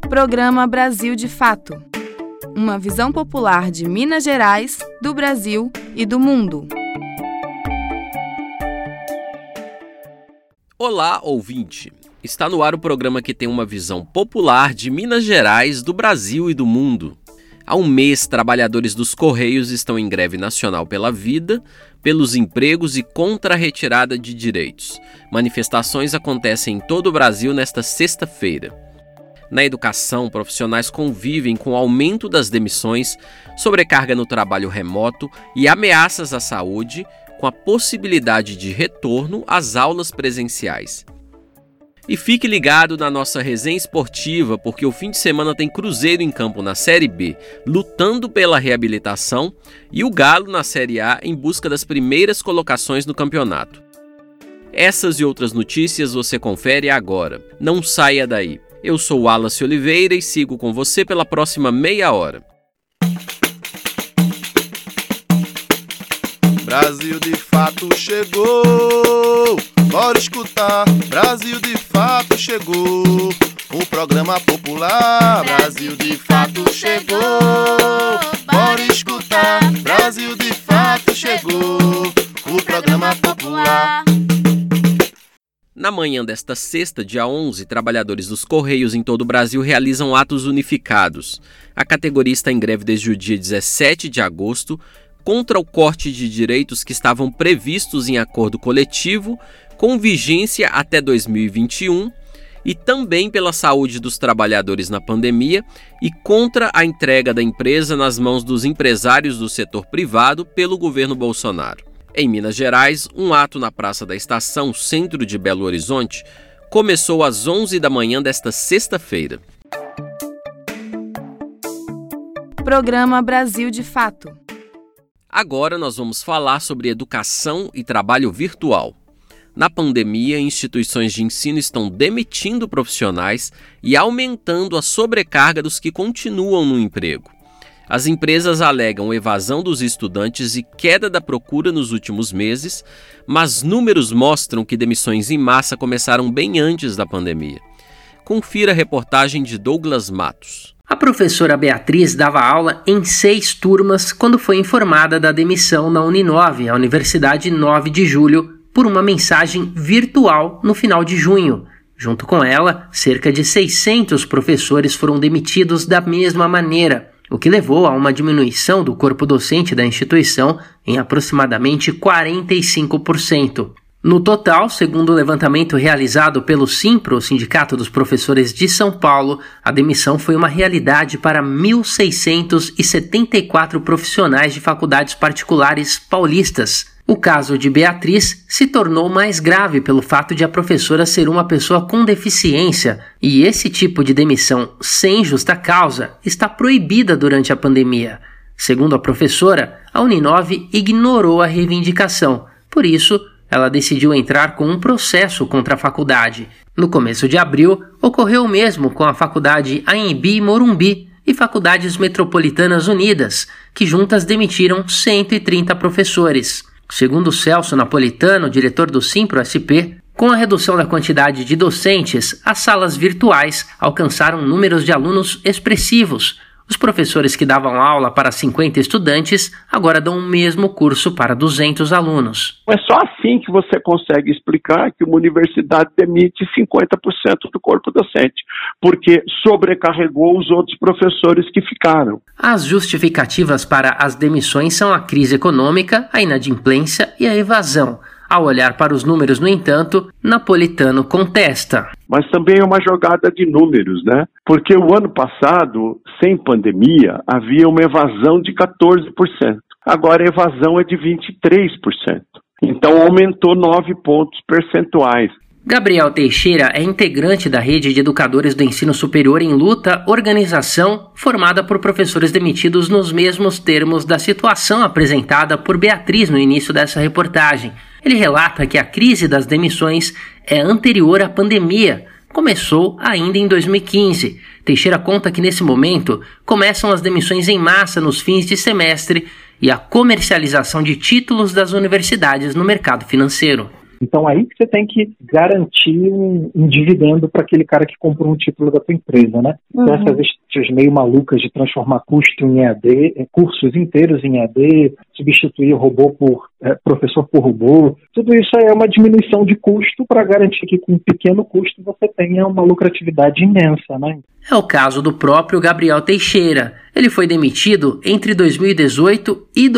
Programa Brasil de Fato. Uma visão popular de Minas Gerais, do Brasil e do mundo. Olá, ouvinte! Está no ar o programa que tem uma visão popular de Minas Gerais, do Brasil e do mundo. Há um mês, trabalhadores dos Correios estão em greve nacional pela vida, pelos empregos e contra a retirada de direitos. Manifestações acontecem em todo o Brasil nesta sexta-feira. Na educação, profissionais convivem com o aumento das demissões, sobrecarga no trabalho remoto e ameaças à saúde, com a possibilidade de retorno às aulas presenciais. E fique ligado na nossa resenha esportiva, porque o fim de semana tem Cruzeiro em campo na Série B, lutando pela reabilitação, e o Galo na Série A em busca das primeiras colocações no campeonato. Essas e outras notícias você confere agora. Não saia daí. Eu sou Wallace Oliveira e sigo com você pela próxima meia hora. Brasil de fato chegou, bora escutar. Brasil de fato chegou, o programa popular. Brasil de fato chegou, bora escutar. Brasil de fato chegou, o programa popular. Na manhã desta sexta, dia 11, trabalhadores dos Correios em todo o Brasil realizam atos unificados. A categoria está em greve desde o dia 17 de agosto contra o corte de direitos que estavam previstos em acordo coletivo, com vigência até 2021, e também pela saúde dos trabalhadores na pandemia e contra a entrega da empresa nas mãos dos empresários do setor privado pelo governo Bolsonaro. Em Minas Gerais, um ato na Praça da Estação, centro de Belo Horizonte, começou às 11 da manhã desta sexta-feira. Programa Brasil de Fato. Agora nós vamos falar sobre educação e trabalho virtual. Na pandemia, instituições de ensino estão demitindo profissionais e aumentando a sobrecarga dos que continuam no emprego. As empresas alegam evasão dos estudantes e queda da procura nos últimos meses, mas números mostram que demissões em massa começaram bem antes da pandemia. Confira a reportagem de Douglas Matos. A professora Beatriz dava aula em 6 turmas quando foi informada da demissão na Uninove, a Universidade 9 de Julho, por uma mensagem virtual no final de junho. Junto com ela, cerca de 600 professores foram demitidos da mesma maneira, o que levou a uma diminuição do corpo docente da instituição em aproximadamente 45%. No total, segundo o levantamento realizado pelo Simpro, o Sindicato dos Professores de São Paulo, a demissão foi uma realidade para 1.674 profissionais de faculdades particulares paulistas. O caso de Beatriz se tornou mais grave pelo fato de a professora ser uma pessoa com deficiência, e esse tipo de demissão sem justa causa está proibida durante a pandemia. Segundo a professora, a Uninove ignorou a reivindicação, por isso ela decidiu entrar com um processo contra a faculdade. No começo de abril, ocorreu o mesmo com a faculdade Anhembi e Morumbi e Faculdades Metropolitanas Unidas, que juntas demitiram 130 professores. Segundo Celso Napolitano, diretor do Simpro-SP, com a redução da quantidade de docentes, as salas virtuais alcançaram números de alunos expressivos. Os professores que davam aula para 50 estudantes agora dão o mesmo curso para 200 alunos. É só assim que você consegue explicar que uma universidade demite 50% do corpo docente, porque sobrecarregou os outros professores que ficaram. As justificativas para as demissões são a crise econômica, a inadimplência e a evasão. Ao olhar para os números, no entanto, Napolitano contesta. Mas também é uma jogada de números, né? Porque o ano passado, sem pandemia, havia uma evasão de 14%. Agora a evasão é de 23%. Então aumentou 9 pontos percentuais. Gabriel Teixeira é integrante da rede de educadores do ensino superior em luta, organização, formada por professores demitidos nos mesmos termos da situação apresentada por Beatriz no início dessa reportagem. Ele relata que a crise das demissões é anterior à pandemia. Começou ainda em 2015. Teixeira conta que nesse momento começam as demissões em massa nos fins de semestre e a comercialização de títulos das universidades no mercado financeiro. Então aí que você tem que garantir um dividendo para aquele cara que comprou um título da tua empresa, né? Então essas estratégias meio malucas de transformar custo em EAD, cursos inteiros em EAD, substituir robô por professor por robô, tudo isso é uma diminuição de custo para garantir que com um pequeno custo você tenha uma lucratividade imensa, né? É o caso do próprio Gabriel Teixeira. Ele foi demitido entre 2018 e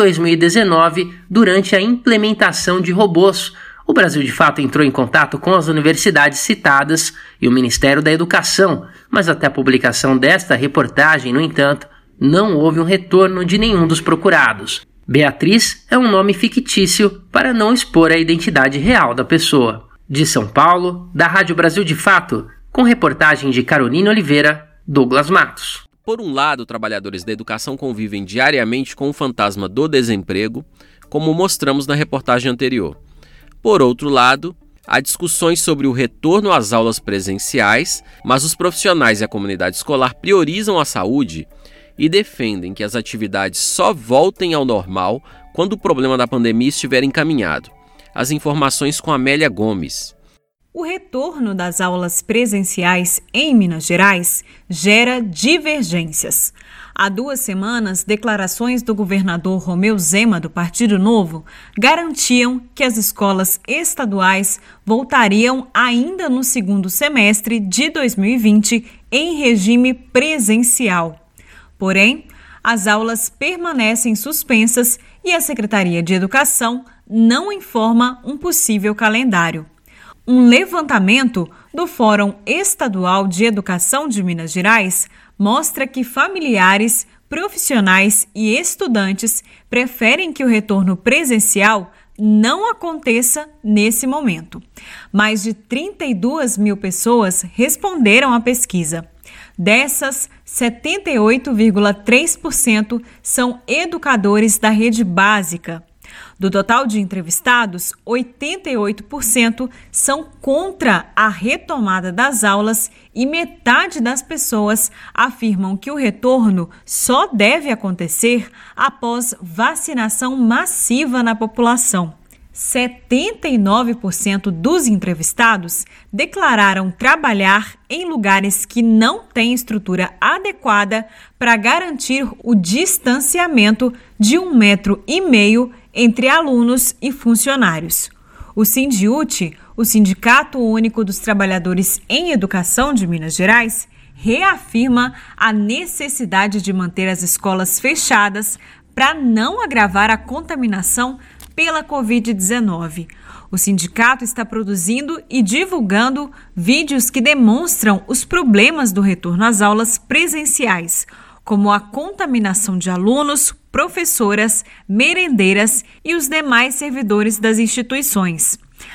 2019 durante a implementação de robôs. O Brasil de Fato entrou em contato com as universidades citadas e o Ministério da Educação, mas até a publicação desta reportagem, no entanto, não houve um retorno de nenhum dos procurados. Beatriz é um nome fictício para não expor a identidade real da pessoa. De São Paulo, da Rádio Brasil de Fato, com reportagem de Caroline Oliveira, Douglas Matos. Por um lado, trabalhadores da educação convivem diariamente com o fantasma do desemprego, como mostramos na reportagem anterior. Por outro lado, há discussões sobre o retorno às aulas presenciais, mas os profissionais e a comunidade escolar priorizam a saúde e defendem que as atividades só voltem ao normal quando o problema da pandemia estiver encaminhado. As informações com Amélia Gomes. O retorno das aulas presenciais em Minas Gerais gera divergências. Há 2 semanas, declarações do governador Romeu Zema, do Partido Novo, garantiam que as escolas estaduais voltariam ainda no segundo semestre de 2020 em regime presencial. Porém, as aulas permanecem suspensas e a Secretaria de Educação não informa um possível calendário. Um levantamento do Fórum Estadual de Educação de Minas Gerais mostra que familiares, profissionais e estudantes preferem que o retorno presencial não aconteça nesse momento. Mais de 32 mil pessoas responderam à pesquisa. Dessas, 78,3% são educadores da rede básica. Do total de entrevistados, 88% são contra a retomada das aulas e metade das pessoas afirmam que o retorno só deve acontecer após vacinação massiva na população. 79% dos entrevistados declararam trabalhar em lugares que não têm estrutura adequada para garantir o distanciamento de 1,5 metro entre alunos e funcionários. O Sindiúti, o Sindicato Único dos Trabalhadores em Educação de Minas Gerais, reafirma a necessidade de manter as escolas fechadas para não agravar a contaminação pela Covid-19. O sindicato está produzindo e divulgando vídeos que demonstram os problemas do retorno às aulas presenciais, como a contaminação de alunos, professoras, merendeiras e os demais servidores das instituições.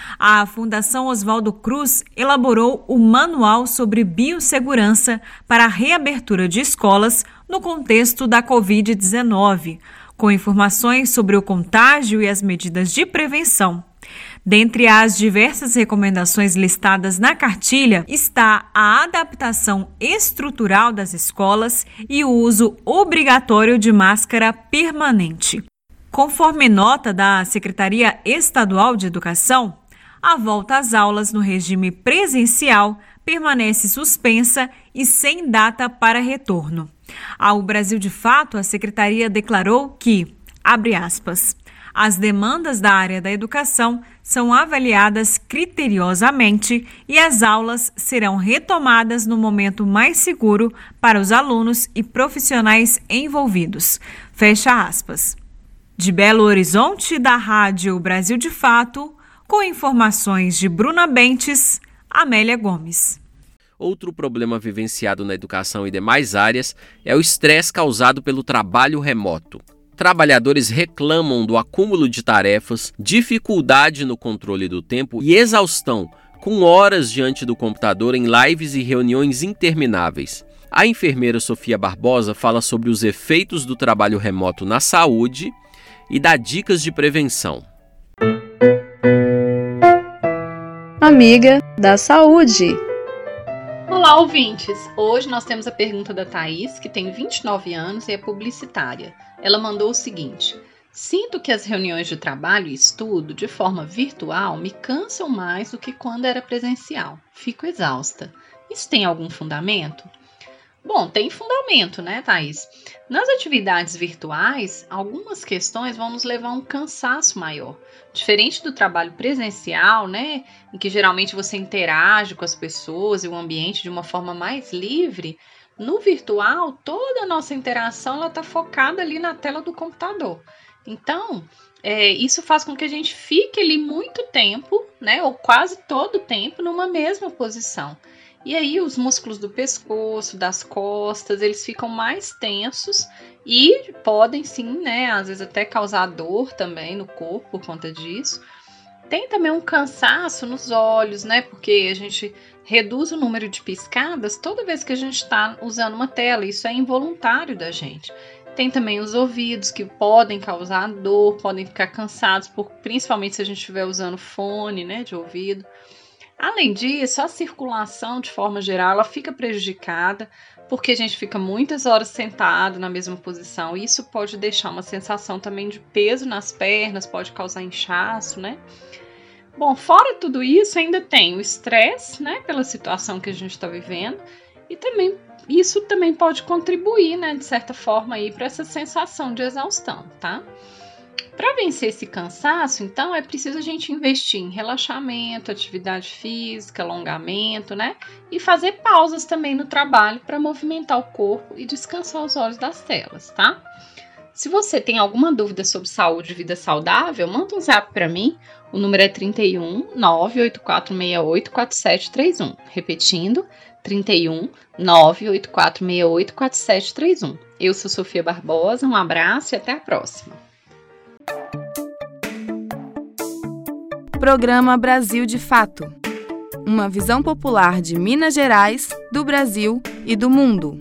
A Fundação Oswaldo Cruz elaborou o Manual sobre Biossegurança para a reabertura de escolas no contexto da Covid-19, com informações sobre o contágio e as medidas de prevenção. Dentre as diversas recomendações listadas na cartilha está a adaptação estrutural das escolas e o uso obrigatório de máscara permanente. Conforme nota da Secretaria Estadual de Educação, a volta às aulas no regime presencial permanece suspensa e sem data para retorno. Ao Brasil de Fato, a Secretaria declarou que, abre aspas, as demandas da área da educação são avaliadas criteriosamente e as aulas serão retomadas no momento mais seguro para os alunos e profissionais envolvidos. Fecha aspas. De Belo Horizonte, da Rádio Brasil de Fato, com informações de Bruna Bentes, Amélia Gomes. Outro problema vivenciado na educação e demais áreas é o estresse causado pelo trabalho remoto. Trabalhadores reclamam do acúmulo de tarefas, dificuldade no controle do tempo e exaustão, com horas diante do computador em lives e reuniões intermináveis. A enfermeira Sofia Barbosa fala sobre os efeitos do trabalho remoto na saúde e dá dicas de prevenção. Amiga da Saúde. Olá, ouvintes! Hoje nós temos a pergunta da Thaís, que tem 29 anos e é publicitária. Ela mandou o seguinte: Sinto que as reuniões de trabalho e estudo de forma virtual me cansam mais do que quando era presencial. Fico exausta. Isso tem algum fundamento? Bom, tem fundamento, né, Thaís? Nas atividades virtuais, algumas questões vão nos levar a um cansaço maior. Diferente do trabalho presencial, né, em que geralmente você interage com as pessoas e o ambiente de uma forma mais livre, no virtual, toda a nossa interação está focada ali na tela do computador. Então, isso faz com que a gente fique ali muito tempo, né, ou quase todo o tempo, numa mesma posição. E aí os músculos do pescoço, das costas, eles ficam mais tensos e podem sim, né, às vezes até causar dor também no corpo por conta disso. Tem também um cansaço nos olhos, né, porque a gente reduz o número de piscadas toda vez que a gente está usando uma tela, isso é involuntário da gente. Tem também os ouvidos que podem causar dor, podem ficar cansados, principalmente se a gente estiver usando fone, né, de ouvido. Além disso, a circulação, de forma geral, ela fica prejudicada, porque a gente fica muitas horas sentado na mesma posição. Isso pode deixar uma sensação também de peso nas pernas, pode causar inchaço, né? Bom, fora tudo isso, ainda tem o estresse, né, pela situação que a gente está vivendo, e também isso também pode contribuir, né, de certa forma, aí para essa sensação de exaustão, tá? Para vencer esse cansaço, então, é preciso a gente investir em relaxamento, atividade física, alongamento, né? E fazer pausas também no trabalho para movimentar o corpo e descansar os olhos das telas, tá? Se você tem alguma dúvida sobre saúde e vida saudável, manda um zap para mim. O número é 31 98468 4731. Repetindo, 31 98468 4731. Eu sou Sofia Barbosa, um abraço e até a próxima. Programa Brasil de Fato. Uma visão popular de Minas Gerais, do Brasil e do mundo.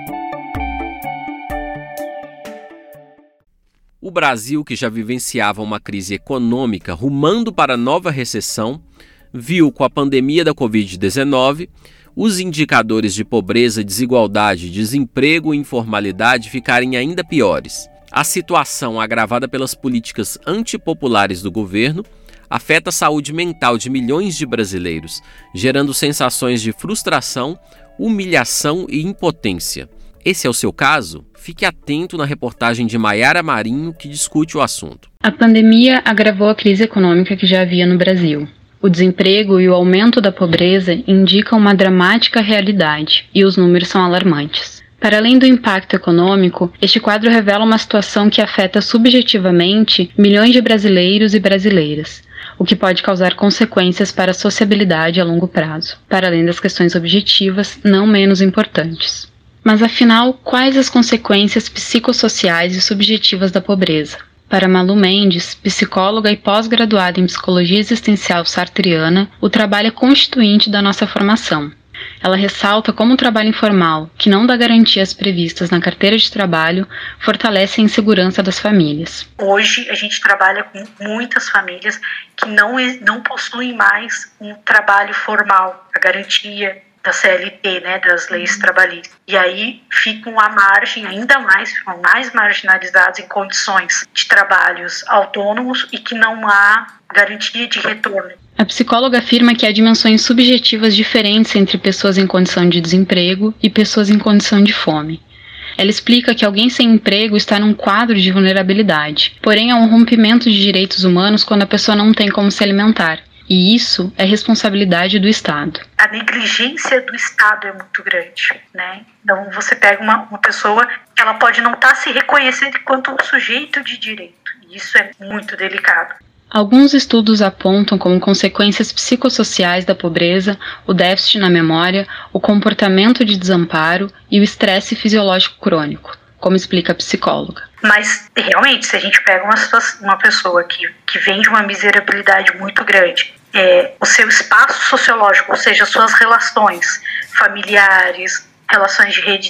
O Brasil, que já vivenciava uma crise econômica rumando para nova recessão, viu com a pandemia da Covid-19 os indicadores de pobreza, desigualdade, desemprego e informalidade ficarem ainda piores. A situação, agravada pelas políticas antipopulares do governo, afeta a saúde mental de milhões de brasileiros, gerando sensações de frustração, humilhação e impotência. Esse é o seu caso? Fique atento na reportagem de Maiara Marinho, que discute o assunto. A pandemia agravou a crise econômica que já havia no Brasil. O desemprego e o aumento da pobreza indicam uma dramática realidade, e os números são alarmantes. Para além do impacto econômico, este quadro revela uma situação que afeta subjetivamente milhões de brasileiros e brasileiras, o que pode causar consequências para a sociabilidade a longo prazo, para além das questões objetivas não menos importantes. Mas afinal, quais as consequências psicossociais e subjetivas da pobreza? Para Malu Mendes, psicóloga e pós-graduada em psicologia existencial sartriana, o trabalho é constituinte da nossa formação. Ela ressalta como o trabalho informal, que não dá garantias previstas na carteira de trabalho, fortalece a insegurança das famílias. Hoje a gente trabalha com muitas famílias que não possuem mais um trabalho formal, a garantia da CLT, né, das leis trabalhistas. E aí ficam à margem, ficam mais marginalizados em condições de trabalhos autônomos e que não há garantia de retorno. A psicóloga afirma que há dimensões subjetivas diferentes entre pessoas em condição de desemprego e pessoas em condição de fome. Ela explica que alguém sem emprego está num quadro de vulnerabilidade, porém há um rompimento de direitos humanos quando a pessoa não tem como se alimentar. E isso é responsabilidade do Estado. A negligência do Estado é muito grande, né? Então você pega uma pessoa que ela pode não estar se reconhecendo enquanto um sujeito de direito. E isso é muito delicado. Alguns estudos apontam como consequências psicossociais da pobreza o déficit na memória, o comportamento de desamparo e o estresse fisiológico crônico, como explica a psicóloga. Mas, realmente, se a gente pega uma pessoa que vem de uma miserabilidade muito grande, o seu espaço sociológico, ou seja, suas relações familiares, relações de rede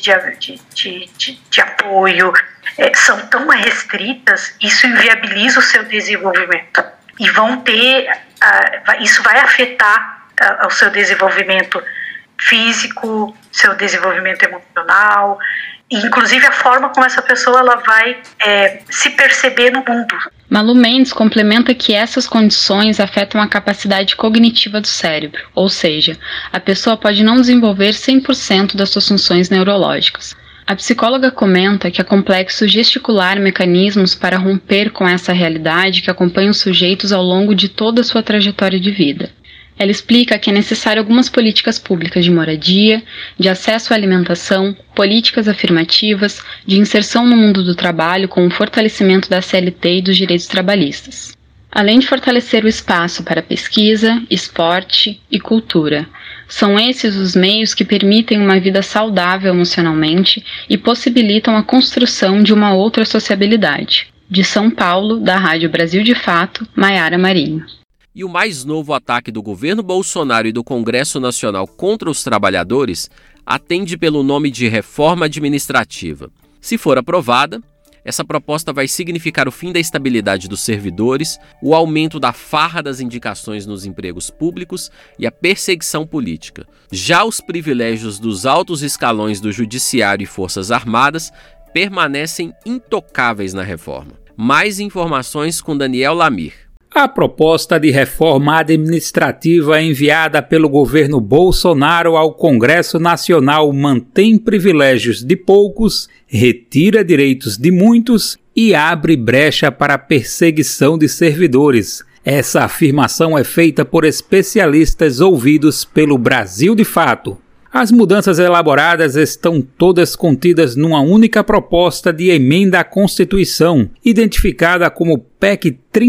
de apoio, são tão restritas, isso inviabiliza o seu desenvolvimento. E isso vai afetar o seu desenvolvimento físico, seu desenvolvimento emocional, inclusive a forma como essa pessoa ela vai se perceber no mundo. Malu Mendes complementa que essas condições afetam a capacidade cognitiva do cérebro, ou seja, a pessoa pode não desenvolver 100% das suas funções neurológicas. A psicóloga comenta que é complexo gesticular mecanismos para romper com essa realidade que acompanha os sujeitos ao longo de toda a sua trajetória de vida. Ela explica que é necessário algumas políticas públicas de moradia, de acesso à alimentação, políticas afirmativas, de inserção no mundo do trabalho com o fortalecimento da CLT e dos direitos trabalhistas. Além de fortalecer o espaço para pesquisa, esporte e cultura. São esses os meios que permitem uma vida saudável emocionalmente e possibilitam a construção de uma outra sociabilidade. De São Paulo, da Rádio Brasil de Fato, Maiara Marinho. E o mais novo ataque do governo Bolsonaro e do Congresso Nacional contra os trabalhadores atende pelo nome de reforma administrativa. Se for aprovada, essa proposta vai significar o fim da estabilidade dos servidores, o aumento da farra das indicações nos empregos públicos e a perseguição política. Já os privilégios dos altos escalões do Judiciário e Forças Armadas permanecem intocáveis na reforma. Mais informações com Daniel Lamir. A proposta de reforma administrativa enviada pelo governo Bolsonaro ao Congresso Nacional mantém privilégios de poucos, retira direitos de muitos e abre brecha para a perseguição de servidores. Essa afirmação é feita por especialistas ouvidos pelo Brasil de Fato. As mudanças elaboradas estão todas contidas numa única proposta de emenda à Constituição, identificada como PEC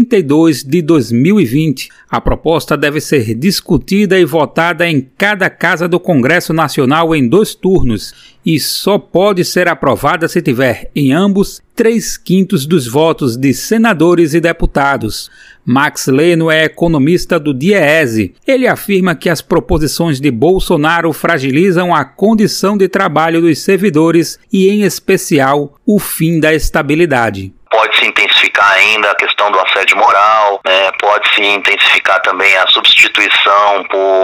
32 de 2020. A proposta deve ser discutida e votada em cada casa do Congresso Nacional em 2 turnos e só pode ser aprovada se tiver, em ambos, 3/5 dos votos de senadores e deputados. Max Leno é economista do DIEESE. Ele afirma que as proposições de Bolsonaro fragilizam a condição de trabalho dos servidores e, em especial, o fim da estabilidade. Pode-se intensificar ainda a questão do assédio moral, pode-se intensificar também a substituição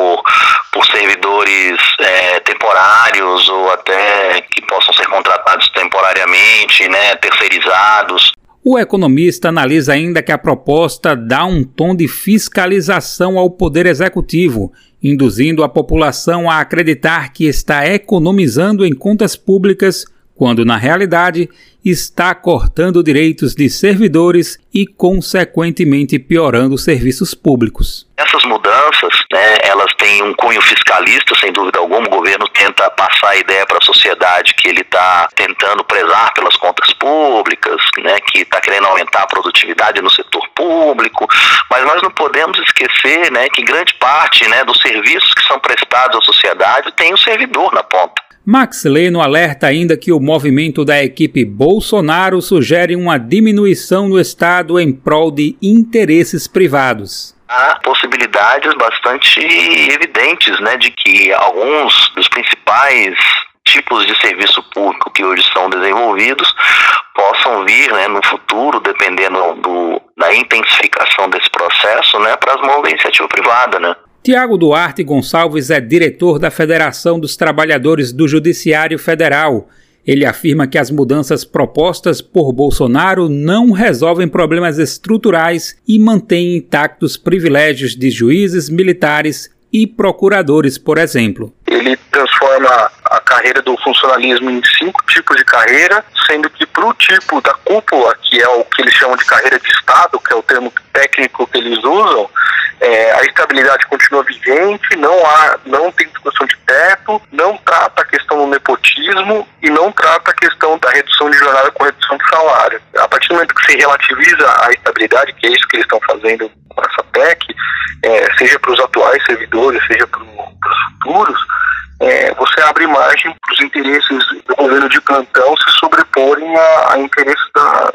por servidores temporários ou até que possam ser contratados temporariamente, terceirizados. O economista analisa ainda que a proposta dá um tom de fiscalização ao Poder Executivo, induzindo a população a acreditar que está economizando em contas públicas, quando na realidade está cortando direitos de servidores e, consequentemente, piorando os serviços públicos. Essas mudanças, elas têm um cunho fiscalista, sem dúvida alguma. O governo tenta passar a ideia para a sociedade que ele está tentando prezar pelas contas públicas, que está querendo aumentar a produtividade no setor público, mas nós não podemos esquecer que grande parte dos serviços que são prestados à sociedade tem o servidor na ponta. Max Leno alerta ainda que o movimento da equipe Bolsonaro sugere uma diminuição no Estado em prol de interesses privados. Há possibilidades bastante evidentes de que alguns dos principais tipos de serviço público que hoje são desenvolvidos possam vir no futuro, dependendo da intensificação desse processo, para as mãos da iniciativa privada. Tiago Duarte Gonçalves é diretor da Federação dos Trabalhadores do Judiciário Federal. Ele afirma que as mudanças propostas por Bolsonaro não resolvem problemas estruturais e mantêm intactos privilégios de juízes, militares e procuradores, por exemplo. Ele transforma a carreira do funcionalismo em 5 tipos de carreira, sendo que para o tipo da cúpula, que é o que eles chamam de carreira de Estado, que é o termo técnico que eles usam, a estabilidade continua vigente, não tem discussão de teto, não trata a questão do nepotismo e não trata a questão da redução de jornada com redução de salário. A partir do momento que se relativiza a estabilidade, que é isso que eles estão fazendo com essa PEC, seja para os atuais servidores, seja para os futuros, você abre margem para os interesses do governo de plantão se sobreporem a interesses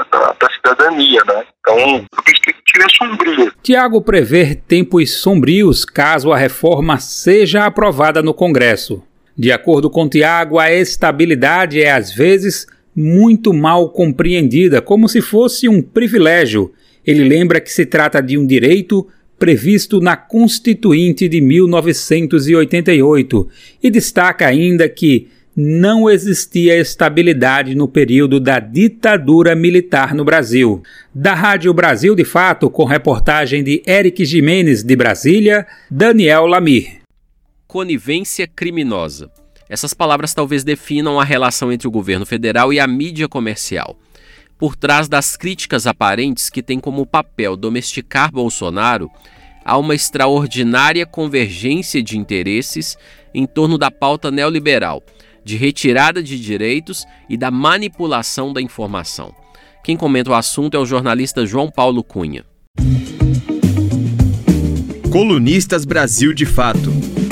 da cidadania, Então, a perspectiva é sombria. Tiago prevê tempos sombrios caso a reforma seja aprovada no Congresso. De acordo com Tiago, a estabilidade é, às vezes, muito mal compreendida, como se fosse um privilégio. Ele lembra que se trata de um direito previsto na Constituinte de 1988 e destaca ainda que não existia estabilidade no período da ditadura militar no Brasil. Da Rádio Brasil de Fato, com reportagem de Eric Jimenez de Brasília, Daniel Lamir. Conivência criminosa. Essas palavras talvez definam a relação entre o governo federal e a mídia comercial. Por trás das críticas aparentes que têm como papel domesticar Bolsonaro, há uma extraordinária convergência de interesses em torno da pauta neoliberal, de retirada de direitos e da manipulação da informação. Quem comenta o assunto é o jornalista João Paulo Cunha. Colunistas Brasil de Fato.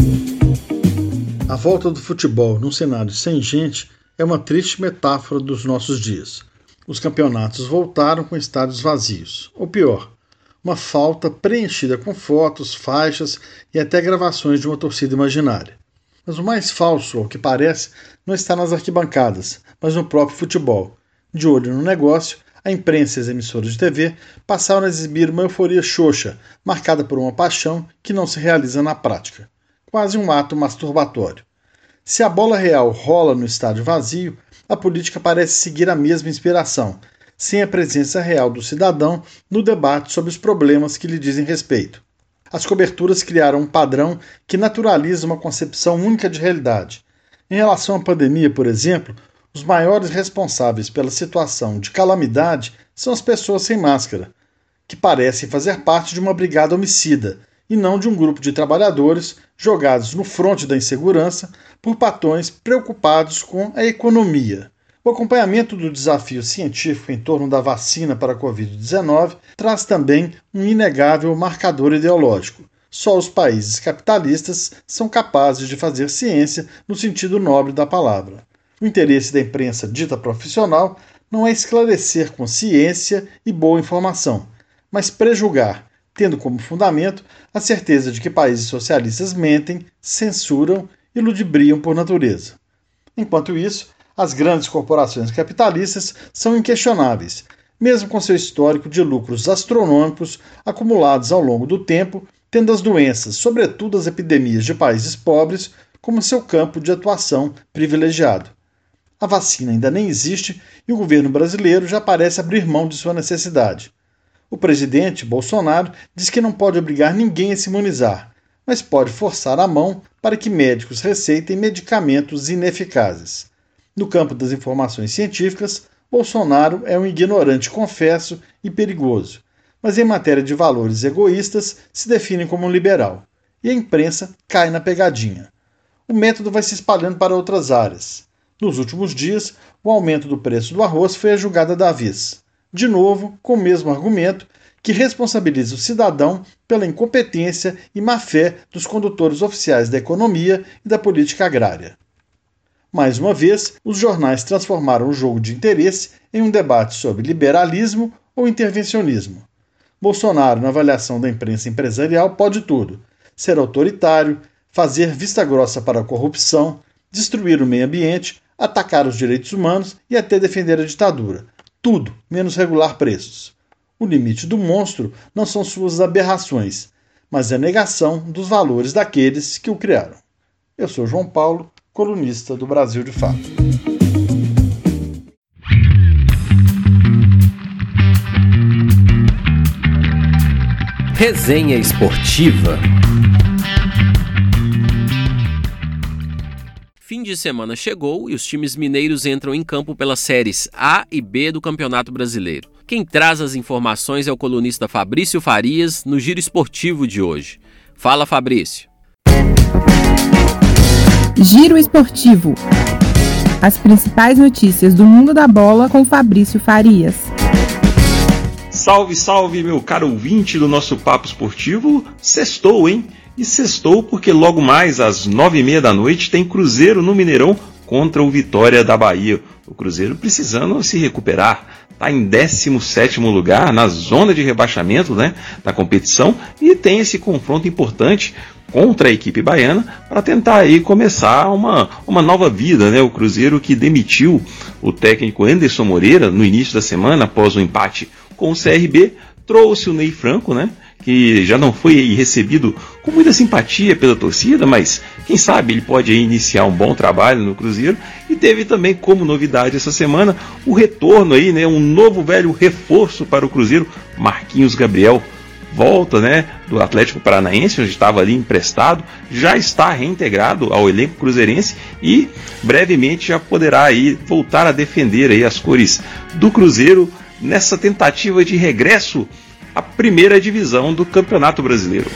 A volta do futebol num cenário sem gente é uma triste metáfora dos nossos dias. Os campeonatos voltaram com estádios vazios. Ou pior, uma falta preenchida com fotos, faixas e até gravações de uma torcida imaginária. Mas o mais falso, ao que parece, não está nas arquibancadas, mas no próprio futebol. De olho no negócio, a imprensa e as emissoras de TV passaram a exibir uma euforia xoxa, marcada por uma paixão que não se realiza na prática. Quase um ato masturbatório. Se a bola real rola no estádio vazio, a política parece seguir a mesma inspiração, sem a presença real do cidadão no debate sobre os problemas que lhe dizem respeito. As coberturas criaram um padrão que naturaliza uma concepção única de realidade. Em relação à pandemia, por exemplo, os maiores responsáveis pela situação de calamidade são as pessoas sem máscara, que parecem fazer parte de uma brigada homicida, e não de um grupo de trabalhadores jogados no fronte da insegurança por patrões preocupados com a economia. O acompanhamento do desafio científico em torno da vacina para a Covid-19 traz também um inegável marcador ideológico. Só os países capitalistas são capazes de fazer ciência no sentido nobre da palavra. O interesse da imprensa dita profissional não é esclarecer com ciência e boa informação, mas prejulgar, tendo como fundamento a certeza de que países socialistas mentem, censuram e ludibriam por natureza. Enquanto isso, as grandes corporações capitalistas são inquestionáveis, mesmo com seu histórico de lucros astronômicos acumulados ao longo do tempo, tendo as doenças, sobretudo as epidemias de países pobres, como seu campo de atuação privilegiado. A vacina ainda nem existe e o governo brasileiro já parece abrir mão de sua necessidade. O presidente, Bolsonaro, diz que não pode obrigar ninguém a se imunizar, mas pode forçar a mão para que médicos receitem medicamentos ineficazes. No campo das informações científicas, Bolsonaro é um ignorante confesso e perigoso, mas em matéria de valores egoístas se define como um liberal, e a imprensa cai na pegadinha. O método vai se espalhando para outras áreas. Nos últimos dias, o aumento do preço do arroz foi a julgada da vez. De novo, com o mesmo argumento, que responsabiliza o cidadão pela incompetência e má-fé dos condutores oficiais da economia e da política agrária. Mais uma vez, os jornais transformaram o jogo de interesse em um debate sobre liberalismo ou intervencionismo. Bolsonaro, na avaliação da imprensa empresarial, pode tudo: ser autoritário, fazer vista grossa para a corrupção, destruir o meio ambiente, atacar os direitos humanos e até defender a ditadura. Tudo, menos regular preços. O limite do monstro não são suas aberrações, mas a negação dos valores daqueles que o criaram. Eu sou João Paulo, colunista do Brasil de Fato. Resenha esportiva. Fim de semana chegou e os times mineiros entram em campo pelas séries A e B do Campeonato Brasileiro. Quem traz as informações é o colunista Fabrício Farias no Giro Esportivo de hoje. Fala, Fabrício. Giro Esportivo. As principais notícias do mundo da bola com Fabrício Farias. Salve, salve, meu caro ouvinte do nosso Papo Esportivo. Sextou, hein? E sextou porque logo mais às 9h30 da noite tem Cruzeiro no Mineirão contra o Vitória da Bahia. O Cruzeiro precisando se recuperar. Está em 17º lugar na zona de rebaixamento, né, da competição, e tem esse confronto importante contra a equipe baiana para tentar aí começar uma nova vida, né? O Cruzeiro que demitiu o técnico Anderson Moreira no início da semana após o empate com o CRB, trouxe o Ney Franco, né, que já não foi recebido com muita simpatia pela torcida, mas quem sabe ele pode iniciar um bom trabalho no Cruzeiro. E teve também como novidade essa semana o retorno aí, né, um novo velho reforço para o Cruzeiro, Marquinhos Gabriel. Volta, né, do Atlético Paranaense, onde estava ali emprestado, já está reintegrado ao elenco cruzeirense e brevemente já poderá aí voltar a defender aí as cores do Cruzeiro nessa tentativa de regresso à primeira divisão do Campeonato Brasileiro.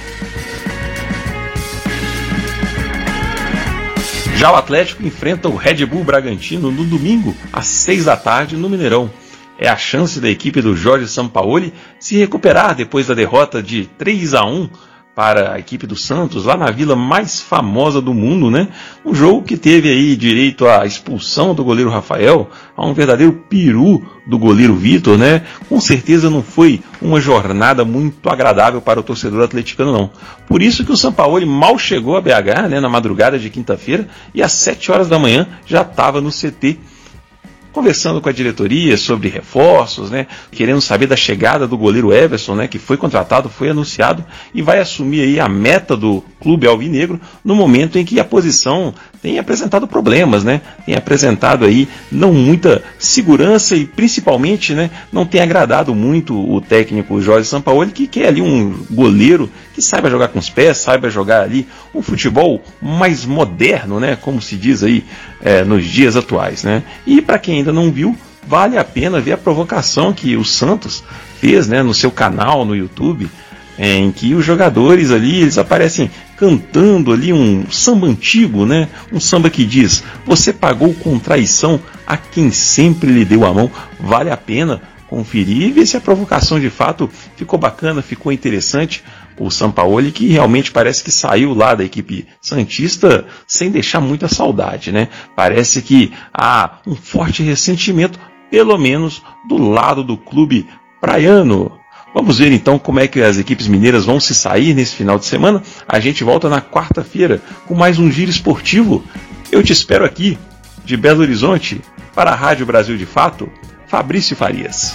Já o Atlético enfrenta o Red Bull Bragantino no domingo às 6 da tarde no Mineirão. É a chance da equipe do Jorge Sampaoli se recuperar depois da derrota de 3-1 para a equipe do Santos, lá na vila mais famosa do mundo, né? Um jogo que teve aí direito à expulsão do goleiro Rafael, a um verdadeiro peru do goleiro Vitor, né? Com certeza não foi uma jornada muito agradável para o torcedor atleticano, não. Por isso que o Sampaoli mal chegou a BH, né, na madrugada de quinta-feira, e às 7 horas da manhã já estava no CT, conversando com a diretoria sobre reforços, né, querendo saber da chegada do goleiro Everson, né, que foi contratado, foi anunciado e vai assumir aí a meta do clube alvinegro no momento em que a posição tem apresentado problemas, né, tem apresentado aí não muita segurança e principalmente, né, não tem agradado muito o técnico Jorge Sampaoli, que quer ali um goleiro que saiba jogar com os pés, saiba jogar ali um futebol mais moderno, né, como se diz aí nos dias atuais, né. E para quem ainda não viu, vale a pena ver a provocação que o Santos fez, né, no seu canal no YouTube, em que os jogadores ali, eles aparecem cantando ali um samba antigo, né, um samba que diz: você pagou com traição a quem sempre lhe deu a mão. Vale a pena conferir e ver se a provocação de fato ficou bacana, ficou interessante. O Sampaoli, que realmente parece que saiu lá da equipe santista sem deixar muita saudade, né? Parece que há um forte ressentimento, pelo menos do lado do clube praiano. Vamos ver então como é que as equipes mineiras vão se sair nesse final de semana. A gente volta na quarta-feira com mais um Giro Esportivo. Eu te espero aqui, de Belo Horizonte, para a Rádio Brasil de Fato, Fabrício Farias.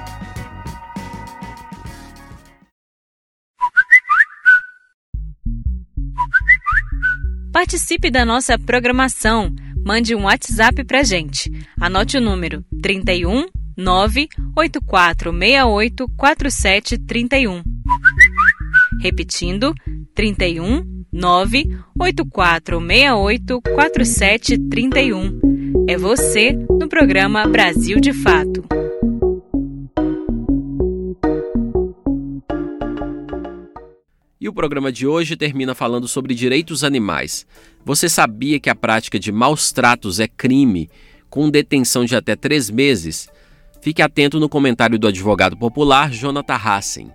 Participe da nossa programação. Mande um WhatsApp pra gente. Anote o número 31 98468 4731. Repetindo, 31 98468 4731. É você no programa Brasil de Fato. E o programa de hoje termina falando sobre direitos animais. Você sabia que a prática de maus tratos é crime, com detenção de até 3 meses? Fique atento no comentário do advogado popular Jonathan Hassen.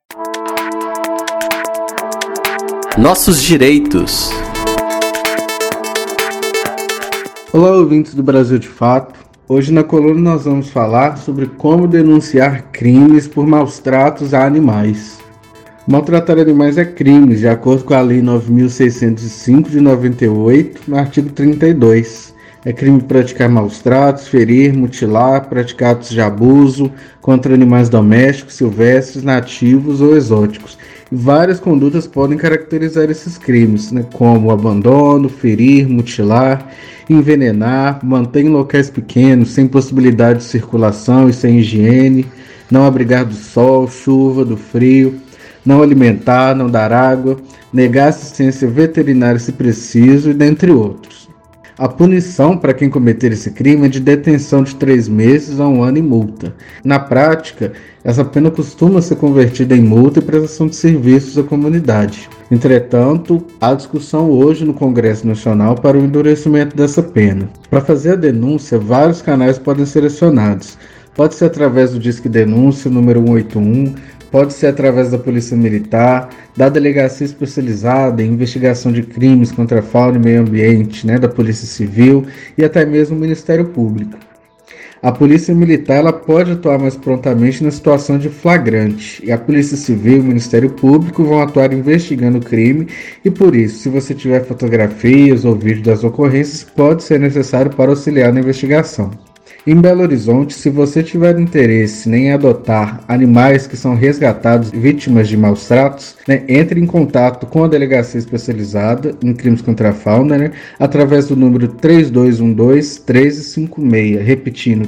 Nossos direitos. Olá, ouvintes do Brasil de Fato. Hoje na coluna nós vamos falar sobre como denunciar crimes por maus tratos a animais. Maltratar animais é crime, de acordo com a Lei 9.605 de 98, no artigo 32. É crime praticar maus tratos, ferir, mutilar, praticar atos de abuso contra animais domésticos, silvestres, nativos ou exóticos. E várias condutas podem caracterizar esses crimes, né, como abandono, ferir, mutilar, envenenar, manter em locais pequenos, sem possibilidade de circulação e sem higiene, não abrigar do sol, chuva, do frio, não alimentar, não dar água, negar assistência veterinária se preciso, e dentre outros. A punição para quem cometer esse crime é de detenção de 3 meses a 1 ano e multa. Na prática, essa pena costuma ser convertida em multa e prestação de serviços à comunidade. Entretanto, há discussão hoje no Congresso Nacional para o endurecimento dessa pena. Para fazer a denúncia, vários canais podem ser acionados. Pode ser através do Disque Denúncia, número 181, pode ser através da Polícia Militar, da Delegacia Especializada em Investigação de Crimes contra a Fauna e Meio Ambiente, da Polícia Civil e até mesmo o Ministério Público. A Polícia Militar ela pode atuar mais prontamente na situação de flagrante, e a Polícia Civil e o Ministério Público vão atuar investigando o crime, e por isso, se você tiver fotografias ou vídeo das ocorrências, pode ser necessário para auxiliar na investigação. Em Belo Horizonte, se você tiver interesse em adotar animais que são resgatados vítimas de maus tratos, entre em contato com a Delegacia Especializada em Crimes contra a Fauna, através do número 3212-1356, repetindo,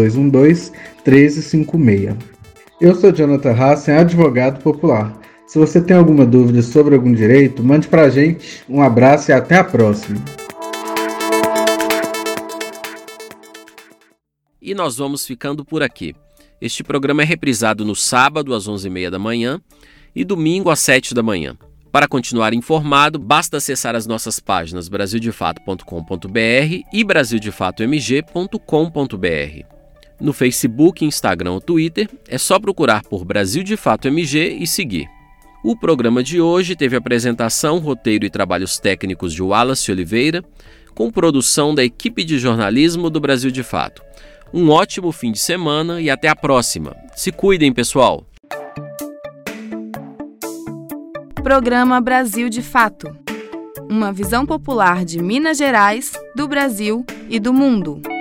3212-1356. Eu sou Jonathan Hassen, advogado popular. Se você tem alguma dúvida sobre algum direito, mande pra gente. Um abraço e até a próxima. E nós vamos ficando por aqui. Este programa é reprisado no sábado às 11h30 da manhã e domingo às 7 da manhã. Para continuar informado, basta acessar as nossas páginas brasildefato.com.br e brasildefatomg.com.br. No Facebook, Instagram ou Twitter, é só procurar por Brasil de Fato MG e seguir. O programa de hoje teve apresentação, roteiro e trabalhos técnicos de Wallace Oliveira, com produção da equipe de jornalismo do Brasil de Fato. Um ótimo fim de semana e até a próxima. Se cuidem, pessoal! Programa Brasil de Fato. Uma visão popular de Minas Gerais, do Brasil e do mundo.